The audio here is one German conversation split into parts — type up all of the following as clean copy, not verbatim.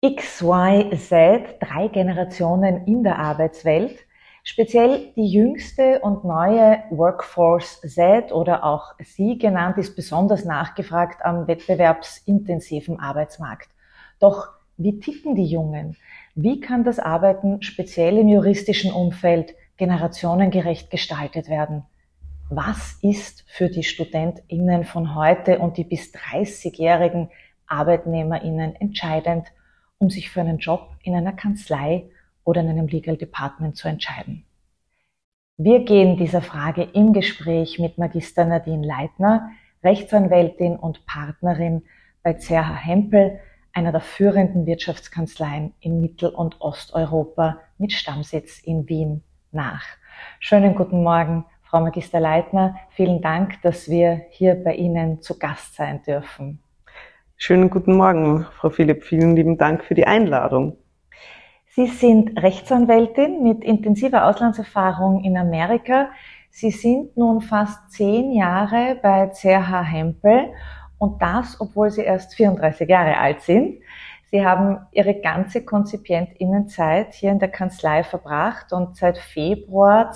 X, Y, Z, 3 Generationen in der Arbeitswelt. Speziell die jüngste und neue Workforce Z oder auch Sie genannt ist besonders nachgefragt am wettbewerbsintensiven Arbeitsmarkt. Doch wie ticken die Jungen? Wie kann das Arbeiten speziell im juristischen Umfeld generationengerecht gestaltet werden? Was ist für die StudentInnen von heute und die bis 30-jährigen ArbeitnehmerInnen entscheidend, um sich für einen Job in einer Kanzlei oder in einem Legal Department zu entscheiden? Wir gehen dieser Frage im Gespräch mit Magister Nadine Leitner, Rechtsanwältin und Partnerin bei CH Hempel, einer der führenden Wirtschaftskanzleien in Mittel- und Osteuropa mit Stammsitz in Wien, nach. Schönen guten Morgen, Frau Magister Leitner. Vielen Dank, dass wir hier bei Ihnen zu Gast sein dürfen. Schönen guten Morgen, Frau Philipp. Vielen lieben Dank für die Einladung. Sie sind Rechtsanwältin mit intensiver Auslandserfahrung in Amerika. Sie sind nun fast 10 Jahre bei CH Hempel und das, obwohl Sie erst 34 Jahre alt sind. Sie haben Ihre ganze KonzipientInnenzeit hier in der Kanzlei verbracht und seit Februar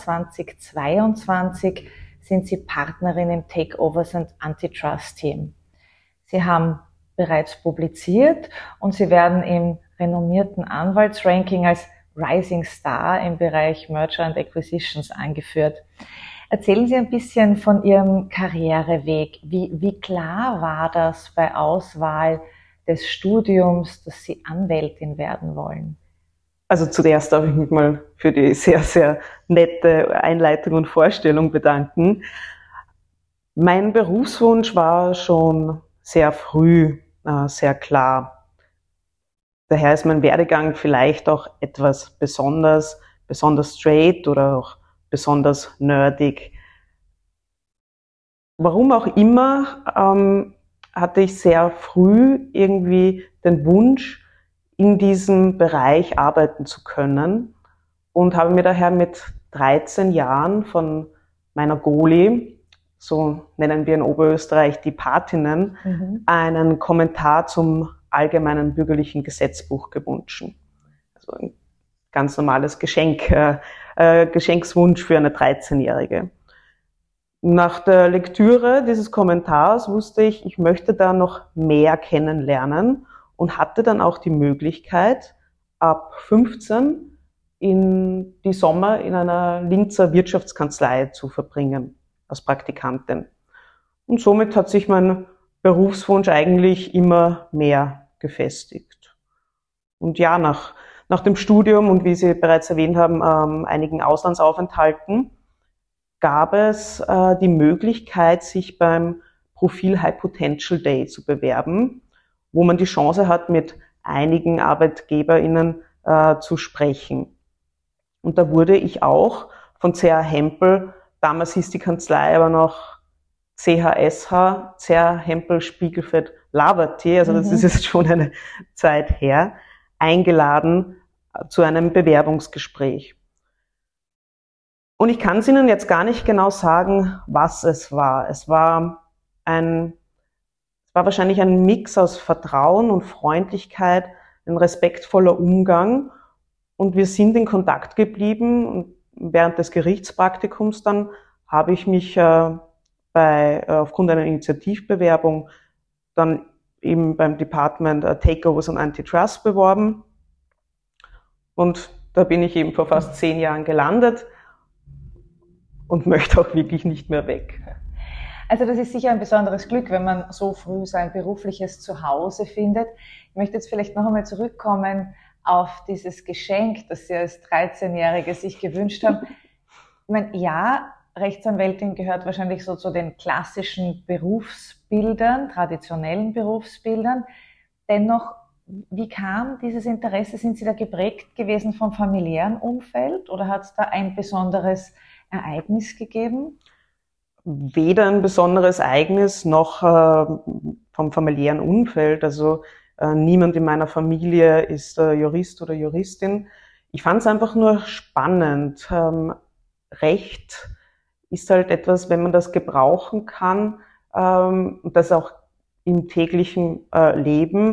2022 sind Sie Partnerin im Takeovers and Antitrust Team. Sie haben bereits publiziert und Sie werden im renommierten Anwaltsranking als Rising Star im Bereich Merger and Acquisitions angeführt. Erzählen Sie ein bisschen von Ihrem Karriereweg. Wie klar war das bei Auswahl des Studiums, dass Sie Anwältin werden wollen? Also zuerst darf ich mich mal für die sehr, sehr nette Einleitung und Vorstellung bedanken. Mein Berufswunsch war schon sehr früh sehr klar. Daher ist mein Werdegang vielleicht auch etwas besonders straight oder auch besonders nerdig. Warum auch immer, hatte ich sehr früh irgendwie den Wunsch, in diesem Bereich arbeiten zu können und habe mir daher mit 13 Jahren von meiner Goli, so nennen wir in Oberösterreich die Patinnen, einen Kommentar zum allgemeinen bürgerlichen Gesetzbuch gewünscht. Also ein ganz normales Geschenkswunsch für eine 13-Jährige. Nach der Lektüre dieses Kommentars wusste ich, ich möchte da noch mehr kennenlernen und hatte dann auch die Möglichkeit, ab 15 in die Sommer in einer Linzer Wirtschaftskanzlei zu verbringen, als Praktikantin. Und somit hat sich mein Berufswunsch eigentlich immer mehr gefestigt. Und ja, nach dem Studium und wie Sie bereits erwähnt haben, einigen Auslandsaufenthalten, gab es die Möglichkeit, sich beim Profil High Potential Day zu bewerben, wo man die Chance hat, mit einigen ArbeitgeberInnen zu sprechen. Und da wurde ich auch von CH Hempel, damals hieß die Kanzlei aber noch CHSH, CH Hempel Spiegelfeld Laverty, also das ist jetzt schon eine Zeit her, eingeladen zu einem Bewerbungsgespräch. Und ich kann es Ihnen jetzt gar nicht genau sagen, was es war. Es war wahrscheinlich ein Mix aus Vertrauen und Freundlichkeit, ein respektvoller Umgang. Und wir sind in Kontakt geblieben. Und während des Gerichtspraktikums dann habe ich mich aufgrund einer Initiativbewerbung dann eben beim Department Takeovers and Antitrust beworben. Und da bin ich eben vor fast 10 Jahren gelandet und möchte auch wirklich nicht mehr weg. Also das ist sicher ein besonderes Glück, wenn man so früh sein berufliches Zuhause findet. Ich möchte jetzt vielleicht noch einmal zurückkommen auf dieses Geschenk, das Sie als 13-Jährige sich gewünscht haben. Ich meine, ja, Rechtsanwältin gehört wahrscheinlich so zu den klassischen Berufsbildern, traditionellen Berufsbildern. Dennoch, wie kam dieses Interesse? Sind Sie da geprägt gewesen vom familiären Umfeld oder hat es da ein besonderes Ereignis gegeben? Weder ein besonderes Ereignis noch vom familiären Umfeld. Also niemand in meiner Familie ist Jurist oder Juristin. Ich fand es einfach nur spannend. Recht ist halt etwas, wenn man das gebrauchen kann und das auch im täglichen Leben,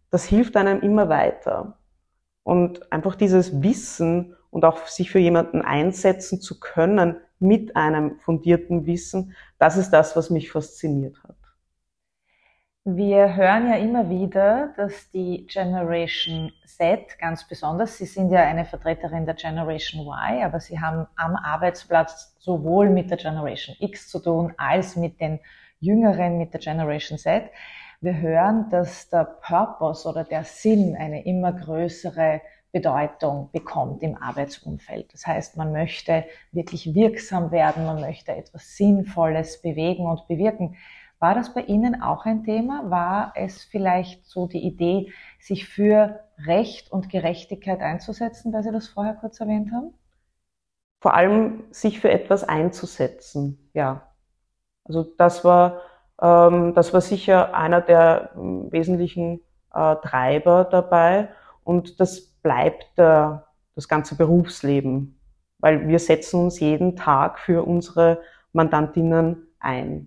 das hilft einem immer weiter. Und einfach dieses Wissen und auch sich für jemanden einsetzen zu können mit einem fundierten Wissen, das ist das, was mich fasziniert hat. Wir hören ja immer wieder, dass die Generation Z ganz besonders, Sie sind ja eine Vertreterin der Generation Y, aber Sie haben am Arbeitsplatz sowohl mit der Generation X zu tun, als mit den Jüngeren, mit der Generation Z. Wir hören, dass der Purpose oder der Sinn eine immer größere Bedeutung bekommt im Arbeitsumfeld. Das heißt, man möchte wirklich wirksam werden, man möchte etwas Sinnvolles bewegen und bewirken. War das bei Ihnen auch ein Thema? War es vielleicht so die Idee, sich für Recht und Gerechtigkeit einzusetzen, weil Sie das vorher kurz erwähnt haben? Vor allem sich für etwas einzusetzen, ja. Also das war sicher einer der wesentlichen Treiber dabei und das bleibt das ganze Berufsleben, weil wir setzen uns jeden Tag für unsere Mandantinnen ein.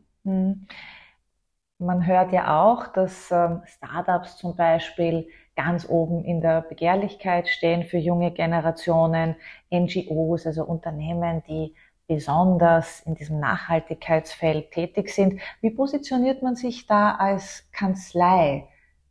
Man hört ja auch, dass Startups zum Beispiel ganz oben in der Begehrlichkeit stehen für junge Generationen, NGOs, also Unternehmen, die besonders in diesem Nachhaltigkeitsfeld tätig sind. Wie positioniert man sich da als Kanzlei?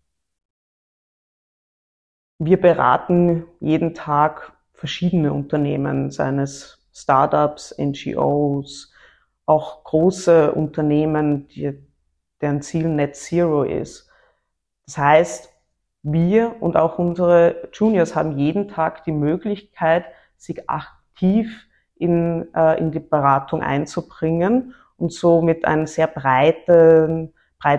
Wir beraten jeden Tag verschiedene Unternehmen, seien es Startups, NGOs, auch große Unternehmen, deren Ziel Net Zero ist. Das heißt, wir und auch unsere Juniors haben jeden Tag die Möglichkeit, sich aktiv in die Beratung einzubringen und somit einen sehr breiten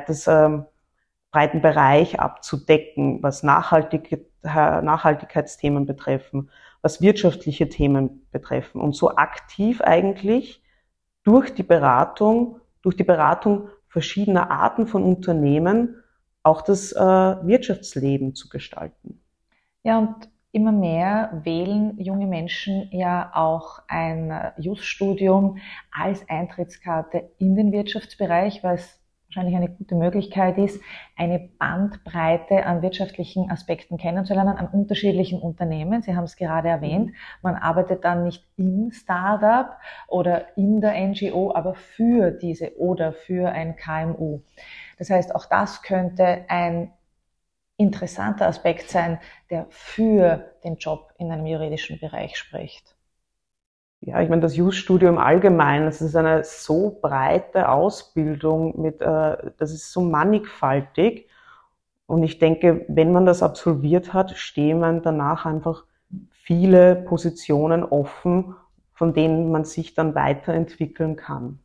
Bereich abzudecken, was Nachhaltigkeitsthemen betreffen, was wirtschaftliche Themen betreffen und so aktiv eigentlich durch die Beratung verschiedener Arten von Unternehmen auch das Wirtschaftsleben zu gestalten. Ja, und immer mehr wählen junge Menschen ja auch ein Jus-Studium als Eintrittskarte in den Wirtschaftsbereich, weil es wahrscheinlich eine gute Möglichkeit ist, eine Bandbreite an wirtschaftlichen Aspekten kennenzulernen, an unterschiedlichen Unternehmen. Sie haben es gerade erwähnt, man arbeitet dann nicht im Startup oder in der NGO, aber für diese oder für ein KMU. Das heißt, auch das könnte ein interessanter Aspekt sein, der für den Job in einem juridischen Bereich spricht. Ja, ich meine, das Jus-Studium allgemein, das ist eine so breite Ausbildung das ist so mannigfaltig. Und ich denke, wenn man das absolviert hat, stehen man danach einfach viele Positionen offen, von denen man sich dann weiterentwickeln kann.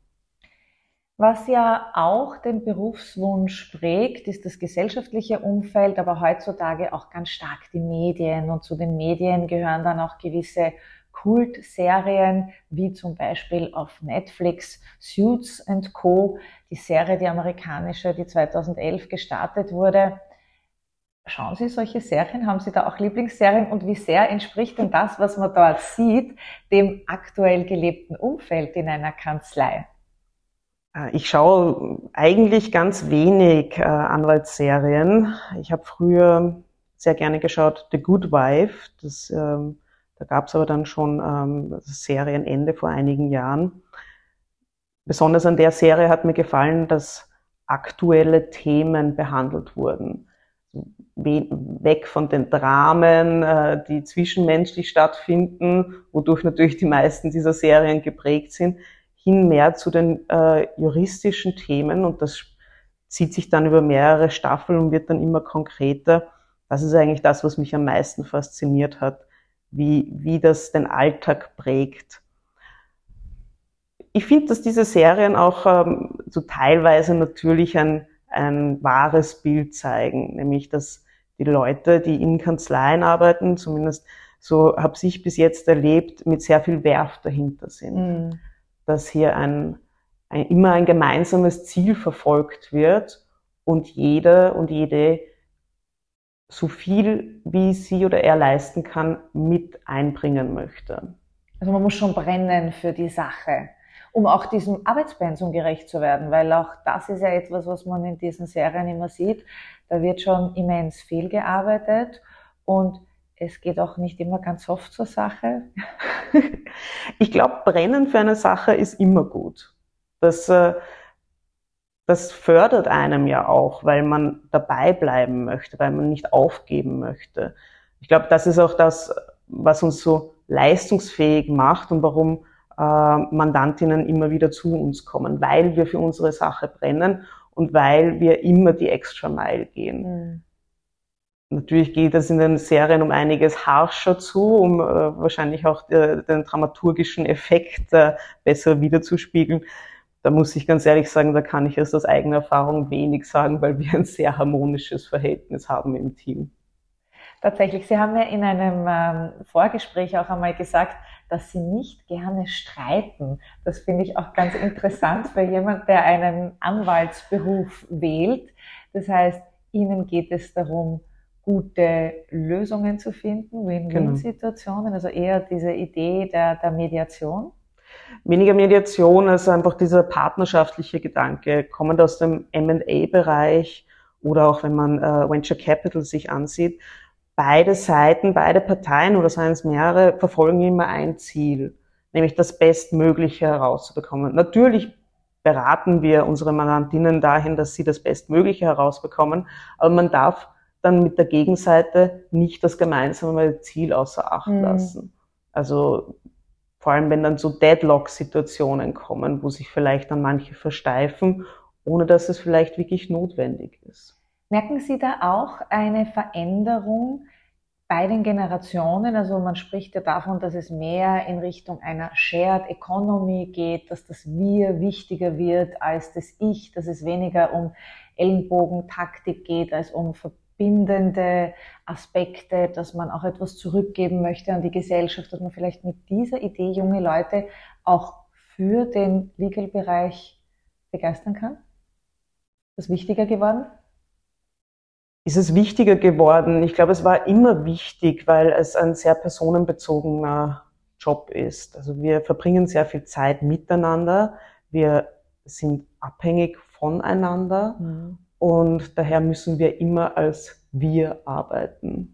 Was ja auch den Berufswunsch prägt, ist das gesellschaftliche Umfeld, aber heutzutage auch ganz stark die Medien. Und zu den Medien gehören dann auch gewisse Kultserien, wie zum Beispiel auf Netflix Suits and Co., die Serie, die amerikanische, die 2011 gestartet wurde. Schauen Sie solche Serien? Haben Sie da auch Lieblingsserien? Und wie sehr entspricht denn das, was man dort sieht, dem aktuell gelebten Umfeld in einer Kanzlei? Ich schaue eigentlich ganz wenig Anwaltsserien. Ich habe früher sehr gerne geschaut The Good Wife. Da gab es aber dann schon das Serienende vor einigen Jahren. Besonders an der Serie hat mir gefallen, dass aktuelle Themen behandelt wurden. Weg von den Dramen, die zwischenmenschlich stattfinden, wodurch natürlich die meisten dieser Serien geprägt sind, hin mehr zu den juristischen Themen, und das zieht sich dann über mehrere Staffeln und wird dann immer konkreter. Das ist eigentlich das, was mich am meisten fasziniert hat, wie das den Alltag prägt. Ich finde, dass diese Serien auch so teilweise natürlich ein wahres Bild zeigen, nämlich dass die Leute, die in Kanzleien arbeiten, zumindest so habe ich bis jetzt erlebt, mit sehr viel Werf dahinter sind. Dass hier immer ein gemeinsames Ziel verfolgt wird und jeder und jede so viel, wie sie oder er leisten kann, mit einbringen möchte. Also man muss schon brennen für die Sache. um auch diesem Arbeitspensum gerecht zu werden, weil auch das ist ja etwas, was man in diesen Serien immer sieht. Da wird schon immens viel gearbeitet und es geht auch nicht immer ganz soft zur Sache. Ich glaube, brennen für eine Sache ist immer gut. Das fördert einem ja auch, weil man dabei bleiben möchte, weil man nicht aufgeben möchte. Ich glaube, das ist auch das, was uns so leistungsfähig macht und warum Mandantinnen immer wieder zu uns kommen, weil wir für unsere Sache brennen und weil wir immer die extra Mile gehen. Mhm. Natürlich geht es in den Serien um einiges harscher zu, um wahrscheinlich auch den dramaturgischen Effekt besser wiederzuspiegeln. Da muss ich ganz ehrlich sagen, da kann ich aus eigener Erfahrung wenig sagen, weil wir ein sehr harmonisches Verhältnis haben im Team. Tatsächlich, Sie haben ja in einem Vorgespräch auch einmal gesagt, dass Sie nicht gerne streiten. Das finde ich auch ganz interessant für jemanden, der einen Anwaltsberuf wählt. Das heißt, Ihnen geht es darum, gute Lösungen zu finden, Win-Win-Situationen, also eher diese Idee der Mediation. Weniger Mediation als einfach dieser partnerschaftliche Gedanke, kommend aus dem M&A-Bereich oder auch wenn man Venture Capital sich ansieht. Beide Seiten, beide Parteien oder seien es mehrere, verfolgen immer ein Ziel, nämlich das Bestmögliche herauszubekommen. Natürlich beraten wir unsere Mandantinnen dahin, dass sie das Bestmögliche herausbekommen, aber man darf dann mit der Gegenseite nicht das gemeinsame Ziel außer Acht lassen. Also vor allem, wenn dann so Deadlock-Situationen kommen, wo sich vielleicht dann manche versteifen, ohne dass es vielleicht wirklich notwendig ist. Merken Sie da auch eine Veränderung bei den Generationen? Also man spricht ja davon, dass es mehr in Richtung einer Shared Economy geht, dass das Wir wichtiger wird als das Ich, dass es weniger um Ellenbogentaktik geht als um verbindende Aspekte, dass man auch etwas zurückgeben möchte an die Gesellschaft, dass man vielleicht mit dieser Idee junge Leute auch für den Legal-Bereich begeistern kann? Ist das wichtiger geworden? Ist es wichtiger geworden? Ich glaube, es war immer wichtig, weil es ein sehr personenbezogener Job ist. Also wir verbringen sehr viel Zeit miteinander, wir sind abhängig voneinander und daher müssen wir immer als wir arbeiten.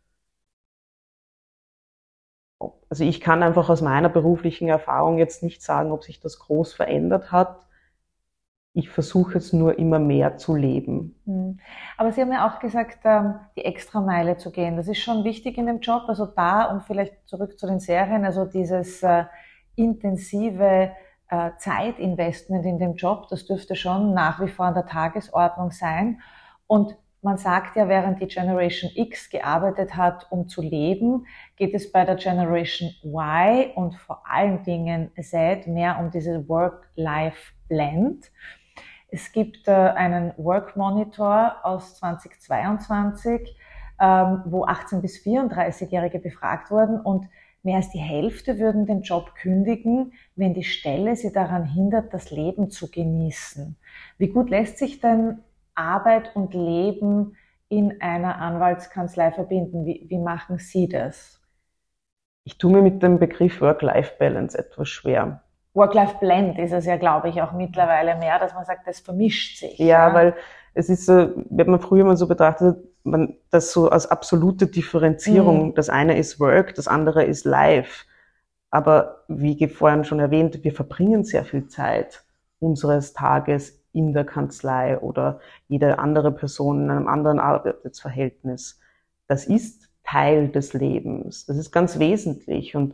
Also ich kann einfach aus meiner beruflichen Erfahrung jetzt nicht sagen, ob sich das groß verändert hat. Ich versuche es nur immer mehr zu leben. Aber Sie haben ja auch gesagt, die Extrameile zu gehen. Das ist schon wichtig in dem Job. Also da, um vielleicht zurück zu den Serien, also dieses intensive Zeitinvestment in dem Job, das dürfte schon nach wie vor an der Tagesordnung sein. Und man sagt ja, während die Generation X gearbeitet hat, um zu leben, geht es bei der Generation Y und vor allen Dingen Z mehr um diese Work-Life-Blend. Es gibt einen Work Monitor aus 2022, wo 18- bis 34-Jährige befragt wurden und mehr als die Hälfte würden den Job kündigen, wenn die Stelle sie daran hindert, das Leben zu genießen. Wie gut lässt sich denn Arbeit und Leben in einer Anwaltskanzlei verbinden? Wie machen Sie das? Ich tue mir mit dem Begriff Work-Life-Balance etwas schwer. Work-Life-Blend ist es ja, glaube ich, auch mittlerweile mehr, dass man sagt, das vermischt sich. Ja, weil es ist so, wenn man früher mal so betrachtet, man das so als absolute Differenzierung, das eine ist Work, das andere ist Life. Aber wie vorhin schon erwähnt, wir verbringen sehr viel Zeit unseres Tages in der Kanzlei oder jede andere Person in einem anderen Arbeitsverhältnis. Das ist Teil des Lebens. Das ist ganz wesentlich und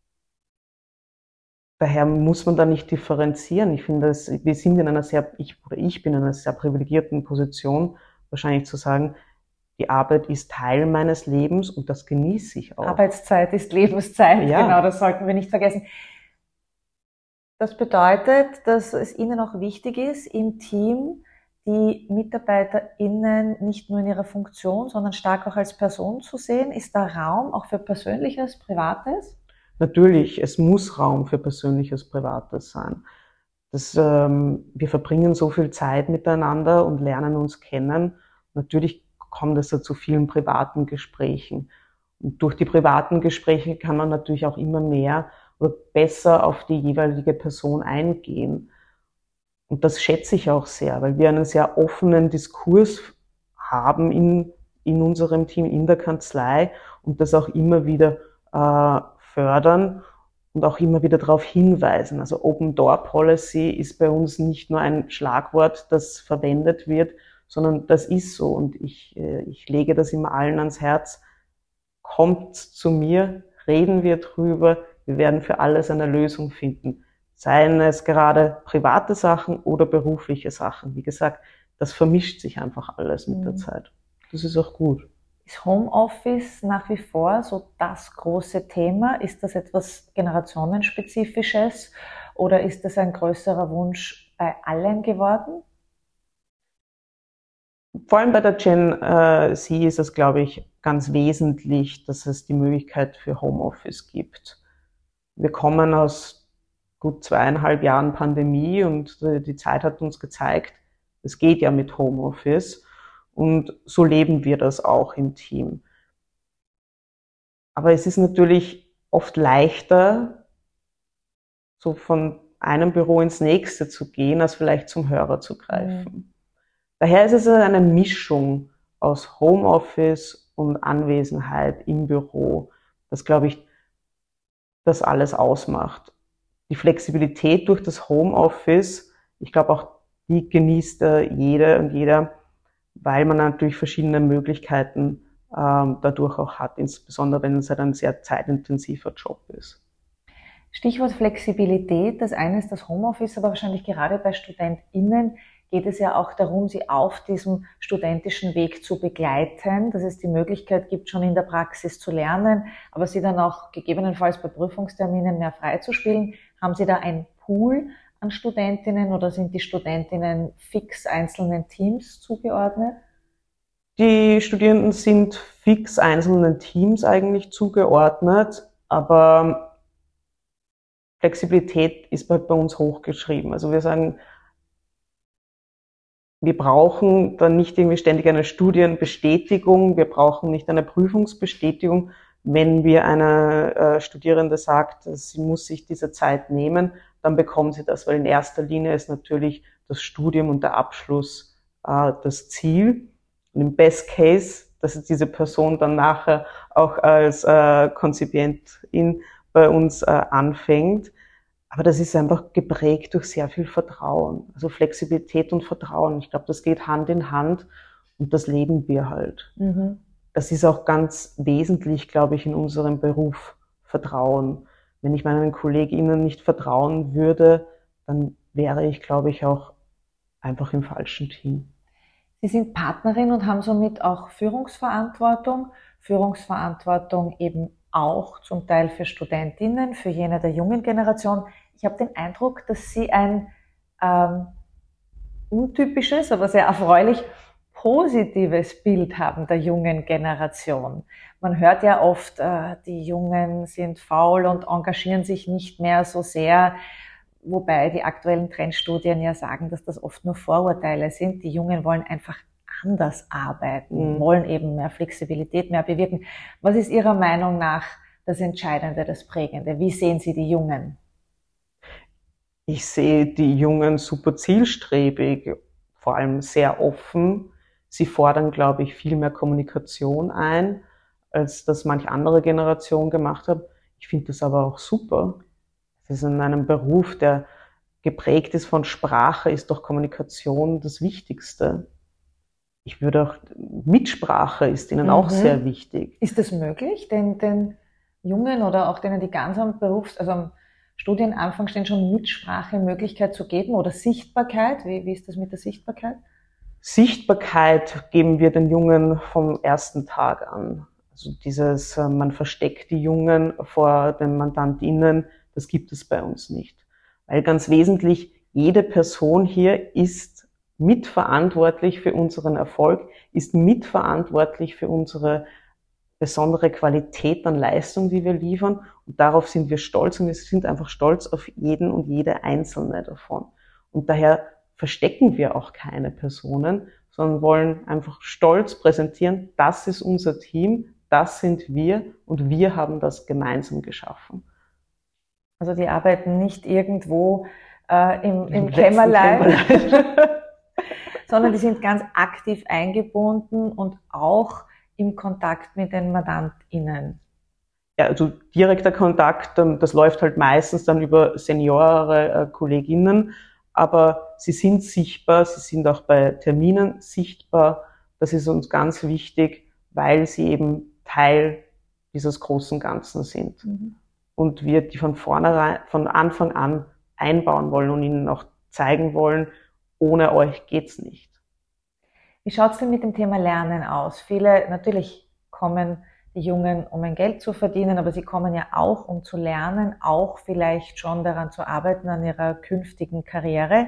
daher muss man da nicht differenzieren. Ich finde, wir sind in einer ich bin in einer sehr privilegierten Position, wahrscheinlich zu sagen, die Arbeit ist Teil meines Lebens und das genieße ich auch. Arbeitszeit ist Lebenszeit, ja. Genau, das sollten wir nicht vergessen. Das bedeutet, dass es Ihnen auch wichtig ist, im Team die MitarbeiterInnen nicht nur in ihrer Funktion, sondern stark auch als Person zu sehen. Ist da Raum auch für Persönliches, Privates? Natürlich, es muss Raum für Persönliches, Privates sein. Wir verbringen so viel Zeit miteinander und lernen uns kennen. Natürlich kommt es zu vielen privaten Gesprächen. Und durch die privaten Gespräche kann man natürlich auch immer mehr oder besser auf die jeweilige Person eingehen. Und das schätze ich auch sehr, weil wir einen sehr offenen Diskurs haben in unserem Team, in der Kanzlei und das auch immer wieder fördern und auch immer wieder darauf hinweisen. Also Open Door Policy ist bei uns nicht nur ein Schlagwort, das verwendet wird, sondern das ist so. Und ich lege das immer allen ans Herz. Kommt zu mir, reden wir drüber, wir werden für alles eine Lösung finden. Seien es gerade private Sachen oder berufliche Sachen. Wie gesagt, das vermischt sich einfach alles mit der Zeit. Das ist auch gut. Ist Homeoffice nach wie vor so das große Thema? Ist das etwas Generationenspezifisches oder ist das ein größerer Wunsch bei allen geworden? Vor allem bei der Gen Z ist es, glaube ich, ganz wesentlich, dass es die Möglichkeit für Homeoffice gibt. Wir kommen aus gut 2,5 Jahren Pandemie und die Zeit hat uns gezeigt, es geht ja mit Homeoffice und so leben wir das auch im Team. Aber es ist natürlich oft leichter, so von einem Büro ins nächste zu gehen, als vielleicht zum Hörer zu greifen. Daher ist es eine Mischung aus Homeoffice und Anwesenheit im Büro, das, glaube ich, das alles ausmacht. Die Flexibilität durch das Homeoffice, ich glaube auch, die genießt jede und jeder, weil man natürlich verschiedene Möglichkeiten dadurch auch hat, insbesondere wenn es halt ein sehr zeitintensiver Job ist. Stichwort Flexibilität, das eine ist das Homeoffice, aber wahrscheinlich gerade bei StudentInnen geht es ja auch darum, sie auf diesem studentischen Weg zu begleiten, dass es die Möglichkeit gibt, schon in der Praxis zu lernen, aber sie dann auch gegebenenfalls bei Prüfungsterminen mehr freizuspielen. Haben Sie da einen Pool an Studentinnen oder sind die Studentinnen fix einzelnen Teams zugeordnet? Die Studierenden sind fix einzelnen Teams eigentlich zugeordnet, aber Flexibilität ist bei uns hochgeschrieben. Also wir sagen, wir brauchen dann nicht irgendwie ständig eine Studienbestätigung, wir brauchen nicht eine Prüfungsbestätigung. Wenn wir eine Studierende sagt, sie muss sich diese Zeit nehmen, dann bekommt sie das, weil in erster Linie ist natürlich das Studium und der Abschluss das Ziel. Und im Best Case, dass diese Person dann nachher auch als Konzipientin bei uns anfängt. Aber das ist einfach geprägt durch sehr viel Vertrauen. Also Flexibilität und Vertrauen. Ich glaube, das geht Hand in Hand und das leben wir halt. Das ist auch ganz wesentlich, glaube ich, in unserem Beruf, Vertrauen. Wenn ich meinen KollegInnen nicht vertrauen würde, dann wäre ich, glaube ich, auch einfach im falschen Team. Sie sind Partnerin und haben somit auch Führungsverantwortung. Führungsverantwortung eben auch zum Teil für StudentInnen, für jene der jungen Generation. Ich habe den Eindruck, dass Sie ein untypisches, aber sehr erfreulich positives Bild haben der jungen Generation. Man hört ja oft, die Jungen sind faul und engagieren sich nicht mehr so sehr, wobei die aktuellen Trendstudien ja sagen, dass das oft nur Vorurteile sind. Die Jungen wollen einfach anders arbeiten, wollen eben mehr Flexibilität, mehr bewirken. Was ist Ihrer Meinung nach das Entscheidende, das Prägende? Wie sehen Sie die Jungen? Ich sehe die Jungen super zielstrebig, vor allem sehr offen. Sie fordern, glaube ich, viel mehr Kommunikation ein, als das manch andere Generation gemacht hat. Ich finde das aber auch super. Es ist in einem Beruf, der geprägt ist von Sprache, ist doch Kommunikation das Wichtigste. Ich würde auch, Mitsprache ist ihnen auch sehr wichtig. Ist das möglich, den Jungen oder auch denen, die ganz am am Studienanfang stehen, schon Mitsprachemöglichkeit zu geben oder Sichtbarkeit? Wie ist das mit der Sichtbarkeit? Sichtbarkeit geben wir den Jungen vom ersten Tag an. Also dieses, man versteckt die Jungen vor den MandantInnen, das gibt es bei uns nicht. Weil ganz wesentlich, jede Person hier ist mitverantwortlich für unseren Erfolg, ist mitverantwortlich für unsere besondere Qualität an Leistung, die wir liefern. Und darauf sind wir stolz und wir sind einfach stolz auf jeden und jede einzelne davon. Und daher verstecken wir auch keine Personen, sondern wollen einfach stolz präsentieren, das ist unser Team, das sind wir und wir haben das gemeinsam geschaffen. Also die arbeiten nicht irgendwo im letzten Kämmerlein, sondern die sind ganz aktiv eingebunden und auch im Kontakt mit den MandantInnen. Ja, also direkter Kontakt, das läuft halt meistens dann über seniorere Kolleginnen, aber sie sind sichtbar, sie sind auch bei Terminen sichtbar. Das ist uns ganz wichtig, weil sie eben Teil dieses großen Ganzen sind. Und wir die von Anfang an einbauen wollen und ihnen auch zeigen wollen, ohne euch geht's nicht. Wie schaut's denn mit dem Thema Lernen aus? Viele, natürlich kommen die Jungen, um ein Geld zu verdienen, aber sie kommen ja auch, um zu lernen, auch vielleicht schon daran zu arbeiten, an ihrer künftigen Karriere.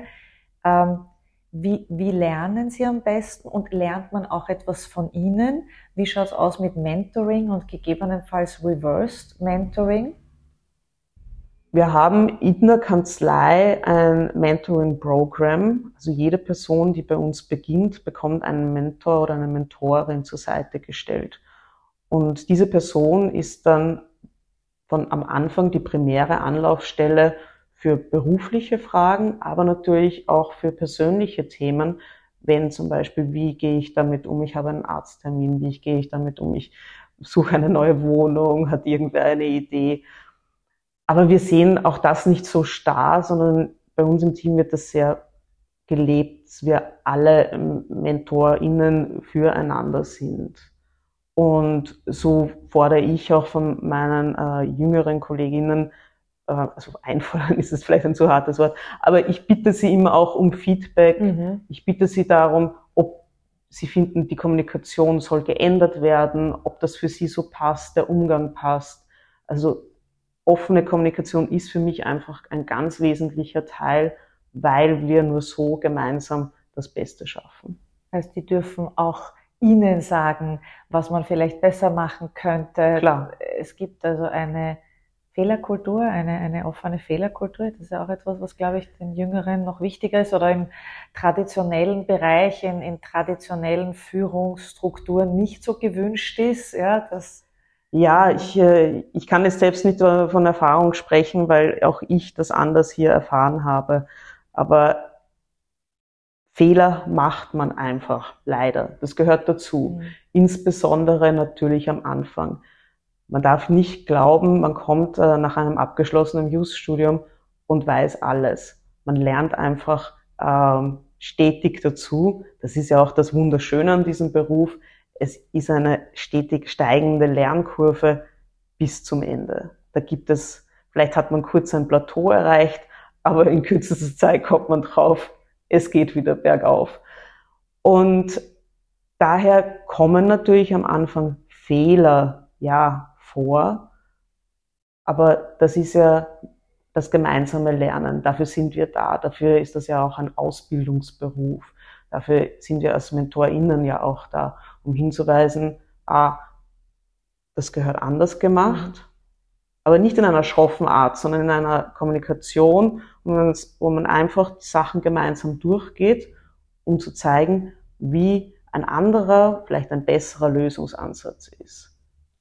Wie lernen sie am besten und lernt man auch etwas von ihnen? Wie schaut's aus mit Mentoring und gegebenenfalls Reversed Mentoring? Wir haben in der Kanzlei ein Mentoring-Programm. Also jede Person, die bei uns beginnt, bekommt einen Mentor oder eine Mentorin zur Seite gestellt. Und diese Person ist dann von am Anfang die primäre Anlaufstelle für berufliche Fragen, aber natürlich auch für persönliche Themen, wenn zum Beispiel, wie gehe ich damit um, ich habe einen Arzttermin, wie gehe ich damit um, ich suche eine neue Wohnung, hat irgendwer eine Idee. Aber wir sehen auch das nicht so starr, sondern bei uns im Team wird das sehr gelebt, dass wir alle MentorInnen füreinander sind. Und so fordere ich auch von meinen jüngeren Kolleginnen, also einfordern ist es vielleicht ein zu hartes Wort, aber ich bitte sie immer auch um Feedback. Ich bitte sie darum, ob sie finden, die Kommunikation soll geändert werden, ob das für sie so passt, der Umgang passt. Also offene Kommunikation ist für mich einfach ein ganz wesentlicher Teil, weil wir nur so gemeinsam das Beste schaffen. Also die dürfen auch Ihnen sagen, was man vielleicht besser machen könnte. Klar. Es gibt also eine Fehlerkultur, eine offene Fehlerkultur. Das ist ja auch etwas, was, glaube ich, den Jüngeren noch wichtiger ist oder im traditionellen Bereich, in traditionellen Führungsstrukturen nicht so gewünscht ist. Ja, ich kann jetzt selbst nicht von Erfahrung sprechen, weil auch ich das anders hier erfahren habe. Aber Fehler macht man einfach, leider. Das gehört dazu. Insbesondere natürlich am Anfang. Man darf nicht glauben, man kommt nach einem abgeschlossenen Jus-Studium und weiß alles. Man lernt einfach stetig dazu. Das ist ja auch das Wunderschöne an diesem Beruf. Es ist eine stetig steigende Lernkurve bis zum Ende. Da gibt es, vielleicht hat man kurz ein Plateau erreicht, aber in kürzester Zeit kommt man drauf, es geht wieder bergauf. Und daher kommen natürlich am Anfang Fehler, ja, vor. Aber das ist ja das gemeinsame Lernen. Dafür sind wir da. Dafür ist das ja auch ein Ausbildungsberuf. Dafür sind wir als MentorInnen ja auch da, um hinzuweisen, das gehört anders gemacht. Aber nicht in einer schroffen Art, sondern in einer Kommunikation, wo man einfach die Sachen gemeinsam durchgeht, um zu zeigen, wie ein anderer, vielleicht ein besserer Lösungsansatz ist.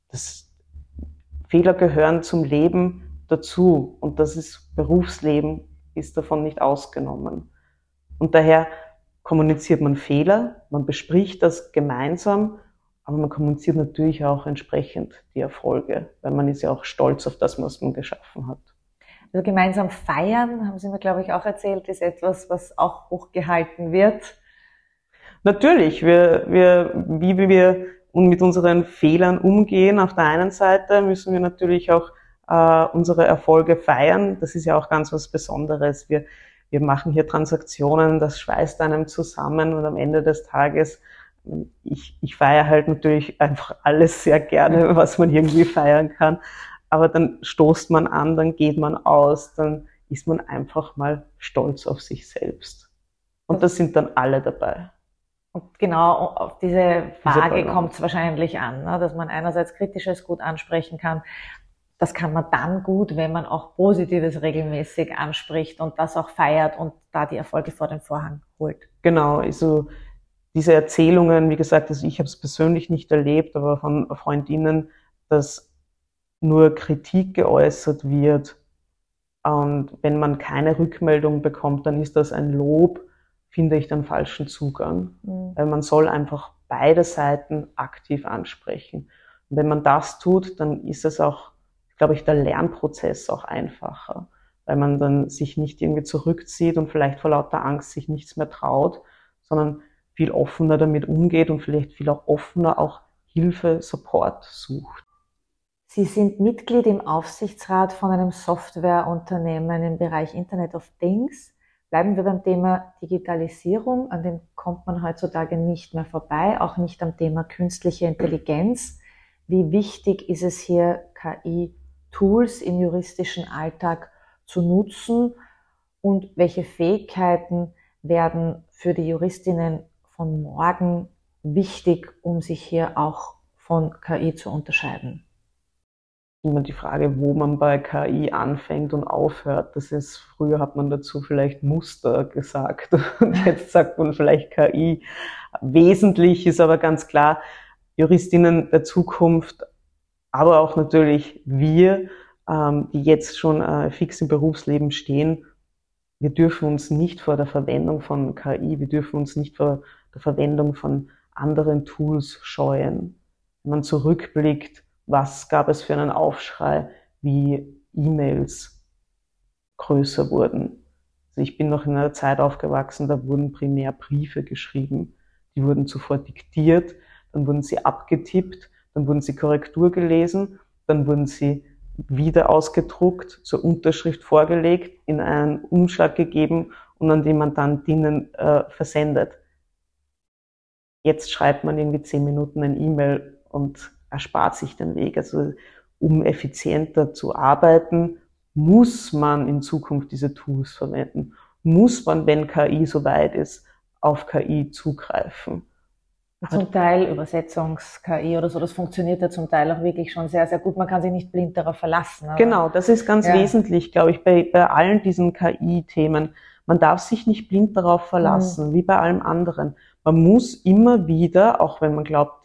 Fehler gehören zum Leben dazu und das ist Berufsleben, ist davon nicht ausgenommen. Und daher kommuniziert man Fehler, man bespricht das gemeinsam, aber man kommuniziert natürlich auch entsprechend die Erfolge, weil man ist ja auch stolz auf das, was man geschaffen hat. Also gemeinsam feiern, haben Sie mir, glaube ich, auch erzählt, ist etwas, was auch hochgehalten wird. Natürlich, wie wir mit unseren Fehlern umgehen. Auf der einen Seite müssen wir natürlich auch unsere Erfolge feiern. Das ist ja auch ganz was Besonderes. Wir machen hier Transaktionen, das schweißt einem zusammen und am Ende des Tages ich feiere halt natürlich einfach alles sehr gerne, was man irgendwie feiern kann. Aber dann stoßt man an, dann geht man aus, dann ist man einfach mal stolz auf sich selbst. Und da sind dann alle dabei. Und genau auf diese Frage kommt es wahrscheinlich an, ne? Dass man einerseits Kritisches gut ansprechen kann. Das kann man dann gut, wenn man auch Positives regelmäßig anspricht und das auch feiert und da die Erfolge vor den Vorhang holt. Genau, also diese Erzählungen, wie gesagt, also ich habe es persönlich nicht erlebt, aber von Freundinnen, dass nur Kritik geäußert wird, Und wenn man keine Rückmeldung bekommt, dann ist das ein Lob, finde ich, den falschen Zugang. Weil man soll einfach beide Seiten aktiv ansprechen. Und wenn man das tut, dann ist es auch, glaube ich, der Lernprozess auch einfacher, weil man dann sich nicht irgendwie zurückzieht und vielleicht vor lauter Angst sich nichts mehr traut, sondern viel offener damit umgeht und vielleicht viel auch offener auch Hilfe, Support sucht. Sie sind Mitglied im Aufsichtsrat von einem Softwareunternehmen im Bereich Internet of Things. Bleiben wir beim Thema Digitalisierung, an dem kommt man heutzutage nicht mehr vorbei, auch nicht am Thema künstliche Intelligenz. Wie wichtig ist es hier, KI-Tools im juristischen Alltag zu nutzen und welche Fähigkeiten werden für die Juristinnen von morgen wichtig, um sich hier auch von KI zu unterscheiden? Immer die Frage, wo man bei KI anfängt und aufhört. Das ist, früher hat man dazu vielleicht Muster gesagt und jetzt sagt man vielleicht KI. Wesentlich ist aber ganz klar, Juristinnen der Zukunft, aber auch natürlich wir, die jetzt schon fix im Berufsleben stehen, wir dürfen uns nicht vor der Verwendung von KI, wir dürfen uns nicht vor der Verwendung von anderen Tools scheuen. Wenn man zurückblickt, was gab es für einen Aufschrei, wie E-Mails größer wurden. Also ich bin noch in einer Zeit aufgewachsen, da wurden primär Briefe geschrieben. Die wurden zuvor diktiert, dann wurden sie abgetippt, dann wurden sie Korrektur gelesen, dann wurden sie wieder ausgedruckt, zur Unterschrift vorgelegt, in einen Umschlag gegeben und an die Mandantinnen versendet. Jetzt schreibt man irgendwie 10 Minuten ein E-Mail und erspart sich den Weg. Also um effizienter zu arbeiten, muss man in Zukunft diese Tools verwenden. Muss man, wenn KI soweit ist, auf KI zugreifen. Zum Teil Übersetzungs-KI oder so, das funktioniert ja zum Teil auch wirklich schon sehr, sehr gut. Man kann sich nicht blind darauf verlassen. Genau, das ist ganz wesentlich, glaube ich, bei allen diesen KI-Themen. Man darf sich nicht blind darauf verlassen, wie bei allem anderen. Man muss immer wieder, auch wenn man glaubt,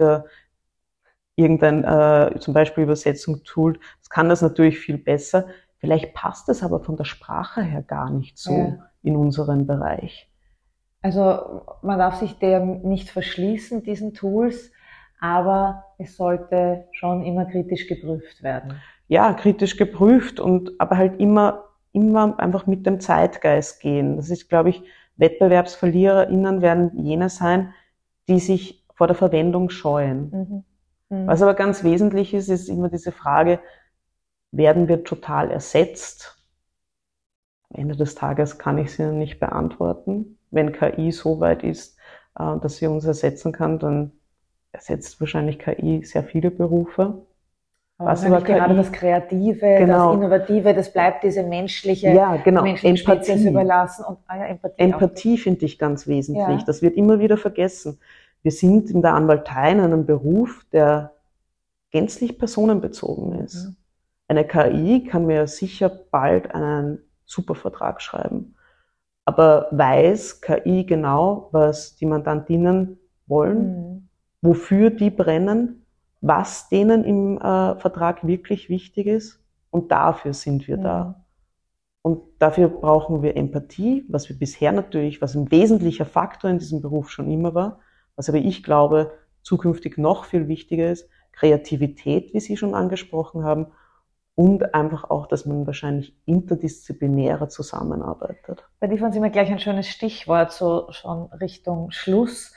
irgendein zum Beispiel Übersetzungstool, das kann das natürlich viel besser. Vielleicht passt es aber von der Sprache her gar nicht so in unseren Bereich. Also man darf sich dem nicht verschließen, diesen Tools, aber es sollte schon immer kritisch geprüft werden. Ja, kritisch geprüft aber halt immer einfach mit dem Zeitgeist gehen. Das ist, glaube ich, WettbewerbsverliererInnen werden jene sein, die sich vor der Verwendung scheuen. Was aber ganz wesentlich ist, ist immer diese Frage, werden wir total ersetzt? Am Ende des Tages kann ich sie nicht beantworten. Wenn KI so weit ist, dass sie uns ersetzen kann, dann ersetzt wahrscheinlich KI sehr viele Berufe. Was aber gerade das Kreative, das Innovative, das bleibt diese menschliche, menschlichen Spezies überlassen. Und, Empathie finde ich ganz wesentlich. Das wird immer wieder vergessen. Wir sind in der Anwaltei in einem Beruf, der gänzlich personenbezogen ist. Eine KI kann mir sicher bald einen super Vertrag schreiben. Aber weiß KI genau, was die Mandantinnen wollen, wofür die brennen, was denen im Vertrag wirklich wichtig ist, und dafür sind wir da. Und dafür brauchen wir Empathie, was wir bisher natürlich, was ein wesentlicher Faktor in diesem Beruf schon immer war, was aber ich glaube, zukünftig noch viel wichtiger ist, Kreativität, wie Sie schon angesprochen haben, und einfach auch, dass man wahrscheinlich interdisziplinärer zusammenarbeitet. Da liefern Sie mir gleich ein schönes Stichwort, so schon Richtung Schluss.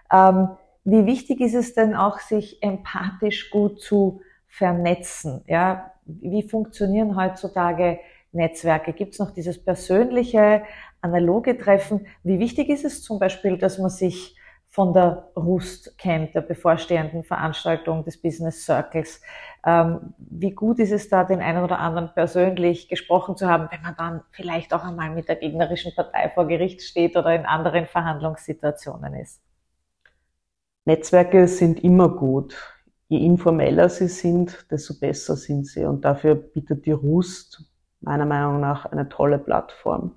Wie wichtig ist es denn auch, sich empathisch gut zu vernetzen? Ja, wie funktionieren heutzutage Netzwerke? Gibt es noch dieses persönliche, analoge Treffen? Wie wichtig ist es zum Beispiel, dass man sich von der RUST kennt, der bevorstehenden Veranstaltung des Business Circles? Wie gut ist es da, den einen oder anderen persönlich gesprochen zu haben, wenn man dann vielleicht auch einmal mit der gegnerischen Partei vor Gericht steht oder in anderen Verhandlungssituationen ist? Netzwerke sind immer gut. Je informeller sie sind, desto besser sind sie. Und dafür bietet die RUST meiner Meinung nach eine tolle Plattform.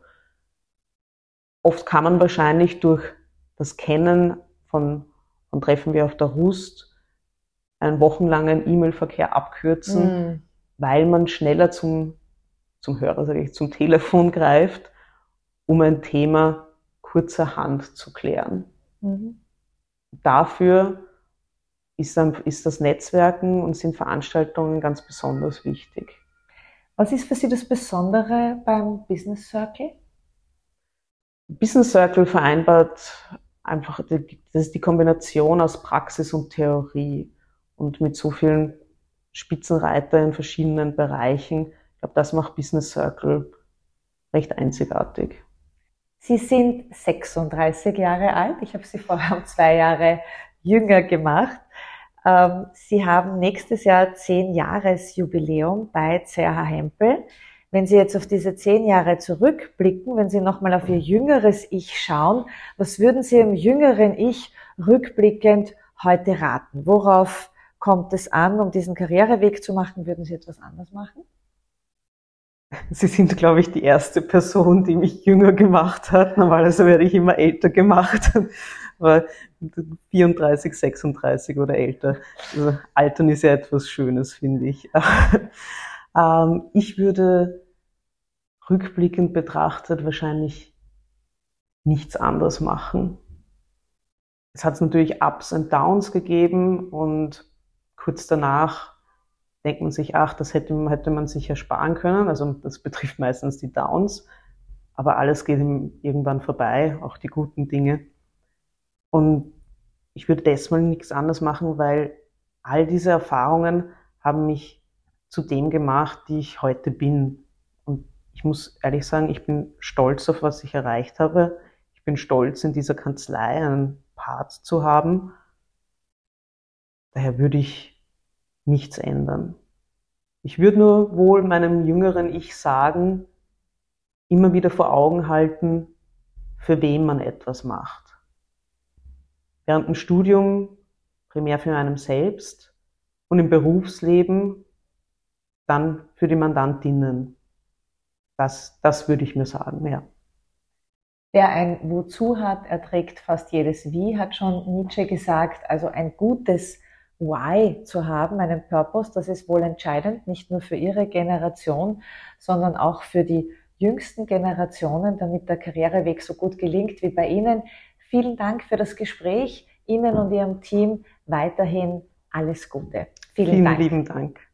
Oft kann man wahrscheinlich durch das Kennen von Treffen wie auf der RUST einen wochenlangen E-Mail-Verkehr abkürzen, weil man schneller zum zum Hörer, sage ich, zum Telefon greift, um ein Thema kurzerhand zu klären. Mhm. Dafür ist das Netzwerken und sind Veranstaltungen ganz besonders wichtig. Was ist für Sie das Besondere beim Business Circle? Business Circle vereinbart einfach, das ist die Kombination aus Praxis und Theorie und mit so vielen Spitzenreiter in verschiedenen Bereichen. Ich glaube, das macht Business Circle recht einzigartig. Sie sind 36 Jahre alt. Ich habe Sie vorher um 2 Jahre jünger gemacht. Sie haben nächstes Jahr 10-Jahres-Jubiläum bei CH Hempel. Wenn Sie jetzt auf diese 10 Jahre zurückblicken, wenn Sie nochmal auf Ihr jüngeres Ich schauen, was würden Sie Ihrem jüngeren Ich rückblickend heute raten? Worauf kommt es an, um diesen Karriereweg zu machen? Würden Sie etwas anders machen? Sie sind, glaube ich, die erste Person, die mich jünger gemacht hat. Normalerweise werde ich immer älter gemacht. Aber 34, 36 oder älter. Also, Altern ist ja etwas Schönes, finde ich. Ich würde rückblickend betrachtet wahrscheinlich nichts anderes machen. Es hat natürlich Ups und Downs gegeben und kurz danach denkt man sich, ach, das hätte man sich ersparen können. Also das betrifft meistens die Downs, aber alles geht irgendwann vorbei, auch die guten Dinge. Und ich würde deswegen nichts anderes machen, weil all diese Erfahrungen haben mich zu dem gemacht, die ich heute bin. Und ich muss ehrlich sagen, ich bin stolz auf was ich erreicht habe. Ich bin stolz, in dieser Kanzlei einen Part zu haben. Daher würde ich nichts ändern. Ich würde nur wohl meinem jüngeren Ich sagen, immer wieder vor Augen halten, für wen man etwas macht. Während dem Studium primär für einen selbst und im Berufsleben dann für die Mandantinnen. Das würde ich mir sagen, ja. Wer ein Wozu hat, erträgt fast jedes Wie, hat schon Nietzsche gesagt. Also ein gutes Why zu haben, einen Purpose, das ist wohl entscheidend, nicht nur für Ihre Generation, sondern auch für die jüngsten Generationen, damit der Karriereweg so gut gelingt wie bei Ihnen. Vielen Dank für das Gespräch. Ihnen und Ihrem Team weiterhin alles Gute. Vielen lieben Dank.